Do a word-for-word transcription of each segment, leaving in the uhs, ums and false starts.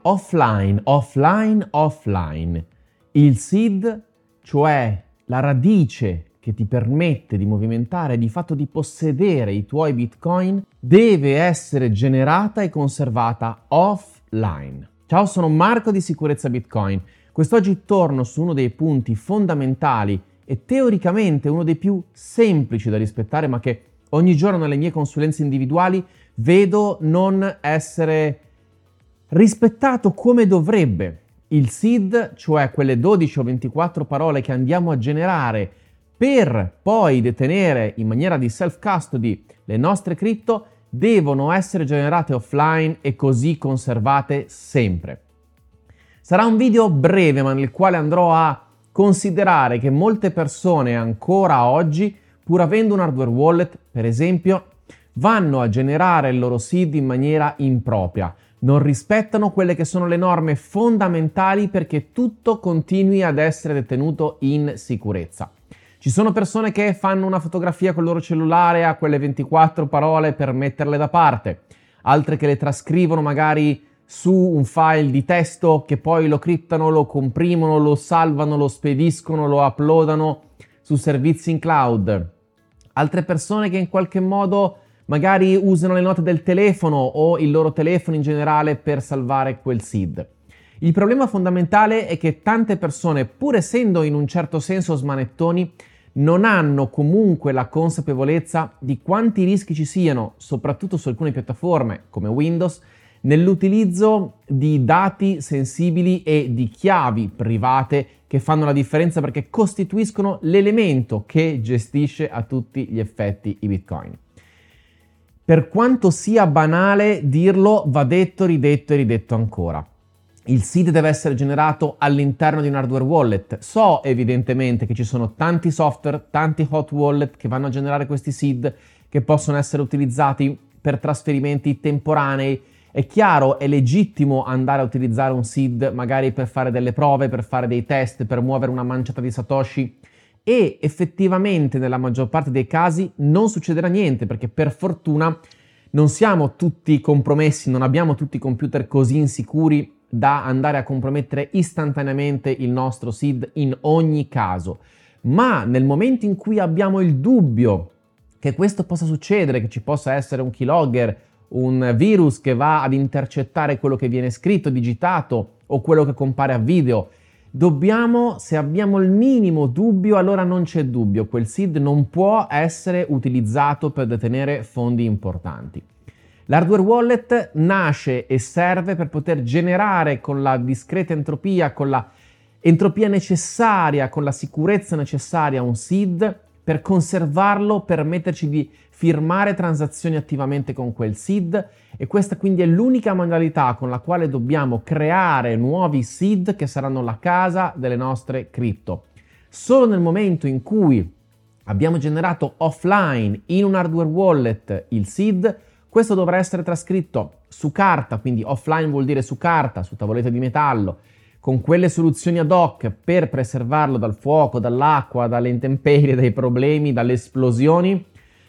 offline, offline, offline. Il seed, cioè la radice che ti permette di movimentare, di fatto di possedere i tuoi Bitcoin, deve essere generata e conservata offline. Ciao, sono Marco di Sicurezza Bitcoin. Quest'oggi torno su uno dei punti fondamentali e teoricamente uno dei più semplici da rispettare, ma che ogni giorno nelle mie consulenze individuali vedo non essere rispettato come dovrebbe. Il seed, cioè quelle dodici o ventiquattro parole che andiamo a generare per poi detenere in maniera di self-custody le nostre cripto, devono essere generate offline e così conservate sempre. Sarà un video breve, ma nel quale andrò a considerare che molte persone ancora oggi, pur avendo un hardware wallet, per esempio, vanno a generare il loro seed in maniera impropria. Non rispettano quelle che sono le norme fondamentali perché tutto continui ad essere detenuto in sicurezza. Ci sono persone che fanno una fotografia col loro cellulare a quelle ventiquattro parole per metterle da parte, altre che le trascrivono magari su un file di testo che poi lo criptano, lo comprimono, lo salvano, lo spediscono, lo uploadano su servizi in cloud. Altre persone che in qualche modo magari usano le note del telefono o il loro telefono in generale per salvare quel seed. Il problema fondamentale è che tante persone, pur essendo in un certo senso smanettoni, non hanno comunque la consapevolezza di quanti rischi ci siano, soprattutto su alcune piattaforme come Windows, nell'utilizzo di dati sensibili e di chiavi private che fanno la differenza perché costituiscono l'elemento che gestisce a tutti gli effetti i Bitcoin. Per quanto sia banale dirlo, va detto, ridetto e ridetto ancora. Il seed deve essere generato all'interno di un hardware wallet. So evidentemente che ci sono tanti software, tanti hot wallet che vanno a generare questi seed che possono essere utilizzati per trasferimenti temporanei. È chiaro, è legittimo andare a utilizzare un seed magari per fare delle prove, per fare dei test, per muovere una manciata di Satoshi e effettivamente nella maggior parte dei casi non succederà niente perché per fortuna non siamo tutti compromessi, non abbiamo tutti i computer così insicuri da andare a compromettere istantaneamente il nostro seed in ogni caso. Ma nel momento in cui abbiamo il dubbio che questo possa succedere, che ci possa essere un keylogger, un virus che va ad intercettare quello che viene scritto, digitato o quello che compare a video, dobbiamo, se abbiamo il minimo dubbio, allora non c'è dubbio, quel seed non può essere utilizzato per detenere fondi importanti. L'hardware wallet nasce e serve per poter generare con la discreta entropia, con la entropia necessaria, con la sicurezza necessaria un seed, per conservarlo, permetterci di firmare transazioni attivamente con quel seed e questa quindi è l'unica modalità con la quale dobbiamo creare nuovi seed che saranno la casa delle nostre cripto. Solo nel momento in cui abbiamo generato offline in un hardware wallet il seed, questo dovrà essere trascritto su carta, quindi offline vuol dire su carta, su tavolette di metallo, con quelle soluzioni ad hoc per preservarlo dal fuoco, dall'acqua, dalle intemperie, dai problemi, dalle esplosioni,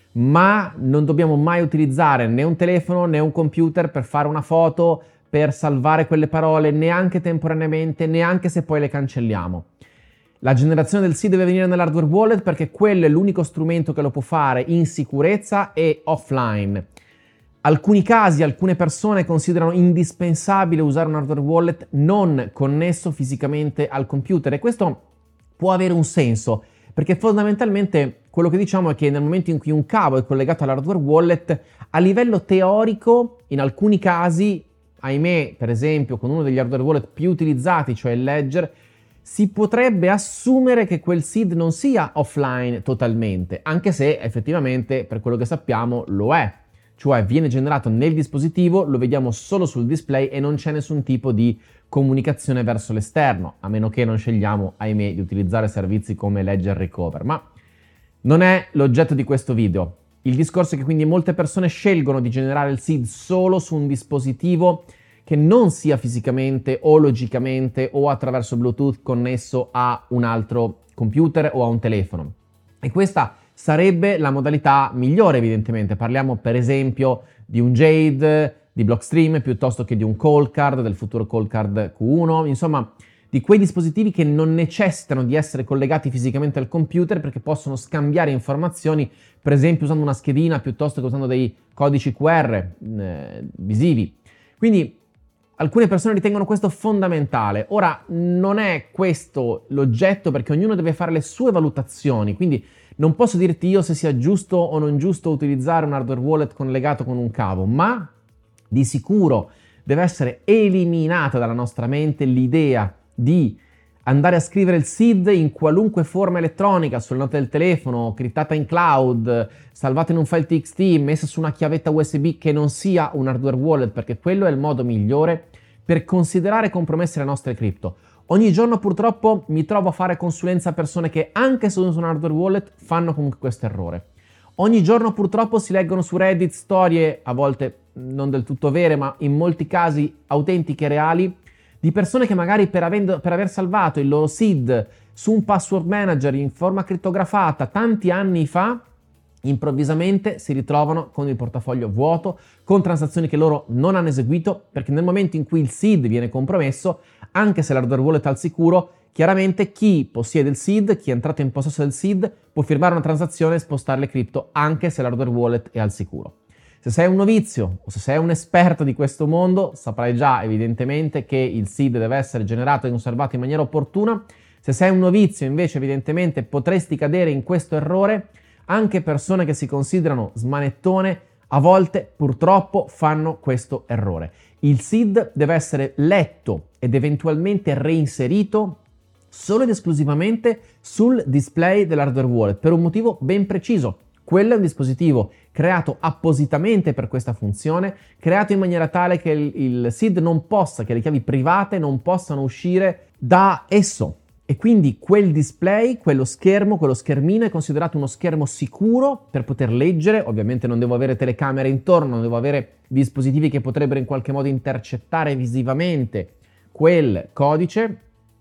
ma non dobbiamo mai utilizzare né un telefono né un computer per fare una foto, per salvare quelle parole, neanche temporaneamente, neanche se poi le cancelliamo. La generazione del seed deve venire nell'hardware wallet perché quello è l'unico strumento che lo può fare in sicurezza e offline. Alcuni casi, alcune persone considerano indispensabile usare un hardware wallet non connesso fisicamente al computer e questo può avere un senso perché fondamentalmente quello che diciamo è che nel momento in cui un cavo è collegato all'hardware wallet, a livello teorico, in alcuni casi, ahimè, per esempio con uno degli hardware wallet più utilizzati, cioè il Ledger, si potrebbe assumere che quel seed non sia offline totalmente, anche se effettivamente, per quello che sappiamo, lo è. Cioè viene generato nel dispositivo, lo vediamo solo sul display e non c'è nessun tipo di comunicazione verso l'esterno, a meno che non scegliamo, ahimè, di utilizzare servizi come Ledger Recover. Ma non è l'oggetto di questo video. Il discorso è che quindi molte persone scelgono di generare il seed solo su un dispositivo che non sia fisicamente o logicamente o attraverso Bluetooth connesso a un altro computer o a un telefono. E questa sarebbe la modalità migliore, evidentemente. Parliamo per esempio di un Jade, di Blockstream piuttosto che di un Coldcard, del futuro Coldcard Q uno, insomma di quei dispositivi che non necessitano di essere collegati fisicamente al computer perché possono scambiare informazioni, per esempio usando una schedina piuttosto che usando dei codici Q R eh, visivi. Quindi alcune persone ritengono questo fondamentale. Ora, non è questo l'oggetto perché ognuno deve fare le sue valutazioni, quindi non posso dirti io se sia giusto o non giusto utilizzare un hardware wallet collegato con un cavo, ma di sicuro deve essere eliminata dalla nostra mente l'idea di andare a scrivere il S I D in qualunque forma elettronica, sulle note del telefono, criptata in cloud, salvata in un file T X T, messa su una chiavetta U S B che non sia un hardware wallet, perché quello è il modo migliore per considerare compromesse le nostre cripto. Ogni giorno purtroppo mi trovo a fare consulenza a persone che anche se usano un hardware wallet fanno comunque questo errore. Ogni giorno purtroppo si leggono su Reddit storie, a volte non del tutto vere, ma in molti casi autentiche e reali, di persone che magari per, avendo, per aver salvato il loro S I D su un password manager in forma crittografata tanti anni fa, improvvisamente si ritrovano con il portafoglio vuoto, con transazioni che loro non hanno eseguito, perché nel momento in cui il S I D viene compromesso, anche se l'hardware wallet è al sicuro, chiaramente chi possiede il S I D, chi è entrato in possesso del S I D, può firmare una transazione e spostare le cripto anche se l'hardware wallet è al sicuro. Se sei un novizio o se sei un esperto di questo mondo, saprai già evidentemente che il S I D deve essere generato e conservato in maniera opportuna. Se sei un novizio invece evidentemente potresti cadere in questo errore. Anche persone che si considerano smanettone a volte purtroppo fanno questo errore. Il S I D deve essere letto ed eventualmente reinserito solo ed esclusivamente sul display dell'hardware wallet per un motivo ben preciso. Quello è un dispositivo creato appositamente per questa funzione, creato in maniera tale che il, il S I D non possa, che le chiavi private non possano uscire da esso. E quindi quel display, quello schermo, quello schermino è considerato uno schermo sicuro per poter leggere. Ovviamente non devo avere telecamere intorno, non devo avere dispositivi che potrebbero in qualche modo intercettare visivamente quel codice,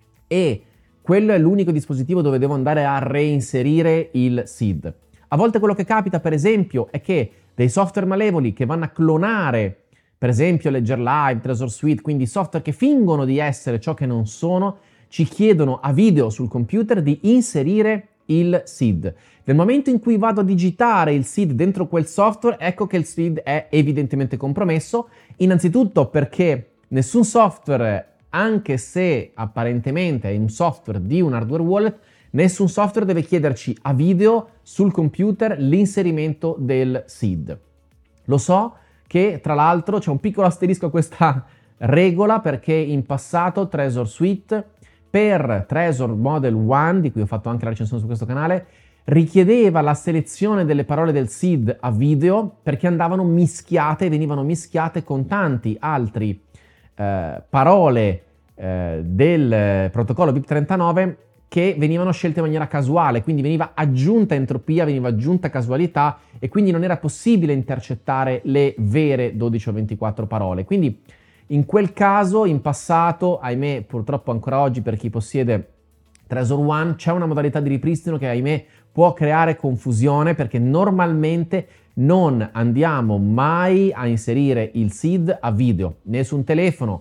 e quello è l'unico dispositivo dove devo andare a reinserire il S I D. A volte quello che capita, per esempio, è che dei software malevoli che vanno a clonare, per esempio Ledger Live, Trezor Suite, quindi software che fingono di essere ciò che non sono, ci chiedono a video sul computer di inserire il S I D. Nel momento in cui vado a digitare il S I D dentro quel software, ecco che il S I D è evidentemente compromesso, innanzitutto perché nessun software, anche se apparentemente è un software di un hardware wallet, nessun software deve chiederci a video sul computer l'inserimento del S I D. Lo so che tra l'altro c'è un piccolo asterisco a questa regola, perché in passato Trezor Suite per Trezor Model uno, di cui ho fatto anche la recensione su questo canale, richiedeva la selezione delle parole del S I D a video perché andavano mischiate, venivano mischiate con tanti altri eh, parole eh, del protocollo BIP trentanove che venivano scelte in maniera casuale, quindi veniva aggiunta entropia, veniva aggiunta casualità e quindi non era possibile intercettare le vere dodici o ventiquattro parole. Quindi in quel caso, in passato, ahimè, purtroppo ancora oggi per chi possiede Trezor One, c'è una modalità di ripristino che, ahimè, può creare confusione, perché normalmente non andiamo mai a inserire il S I D a video, né su un telefono,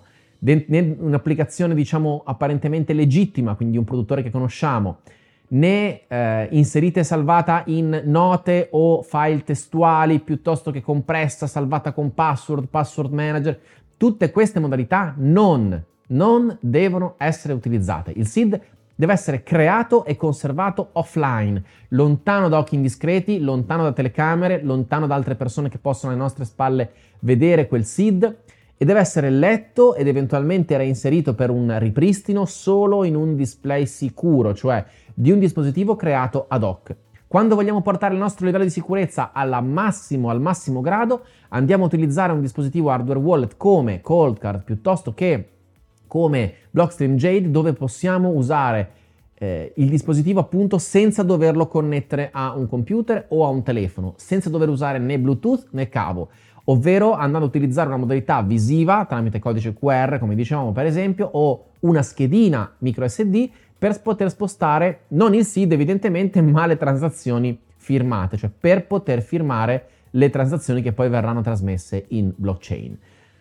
né un'applicazione, diciamo, apparentemente legittima, quindi un produttore che conosciamo, né eh, inserita e salvata in note o file testuali, piuttosto che compressa, salvata con password, password manager. Tutte queste modalità non, non devono essere utilizzate. Il S I D deve essere creato e conservato offline, lontano da occhi indiscreti, lontano da telecamere, lontano da altre persone che possono alle nostre spalle vedere quel S I D, e deve essere letto ed eventualmente reinserito per un ripristino solo in un display sicuro, cioè di un dispositivo creato ad hoc. Quando vogliamo portare il nostro livello di sicurezza alla massimo, al massimo grado, andiamo a utilizzare un dispositivo hardware wallet come Coldcard piuttosto che come Blockstream Jade, dove possiamo usare eh, il dispositivo appunto senza doverlo connettere a un computer o a un telefono, senza dover usare né Bluetooth né cavo, ovvero andando a utilizzare una modalità visiva tramite codice Q R, come dicevamo per esempio, o una schedina micro S D per poter spostare non il S I D evidentemente, ma le transazioni firmate, cioè per poter firmare le transazioni che poi verranno trasmesse in blockchain.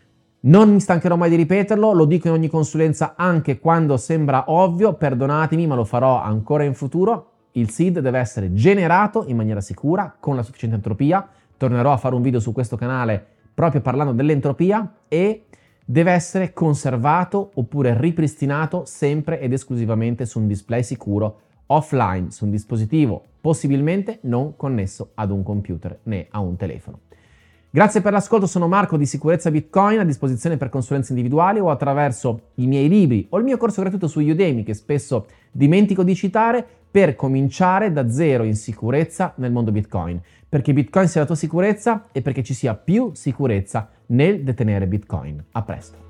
Non mi stancherò mai di ripeterlo, lo dico in ogni consulenza anche quando sembra ovvio, perdonatemi, ma lo farò ancora in futuro. Il S I D deve essere generato in maniera sicura, con la sufficiente entropia. Tornerò a fare un video su questo canale proprio parlando dell'entropia, e deve essere conservato oppure ripristinato sempre ed esclusivamente su un display sicuro, offline, su un dispositivo possibilmente non connesso ad un computer né a un telefono. Grazie per l'ascolto, sono Marco di Sicurezza Bitcoin, a disposizione per consulenze individuali o attraverso i miei libri o il mio corso gratuito su Udemy, che spesso dimentico di citare, per cominciare da zero in sicurezza nel mondo Bitcoin. Perché Bitcoin sia la tua sicurezza e perché ci sia più sicurezza nel detenere Bitcoin. A presto!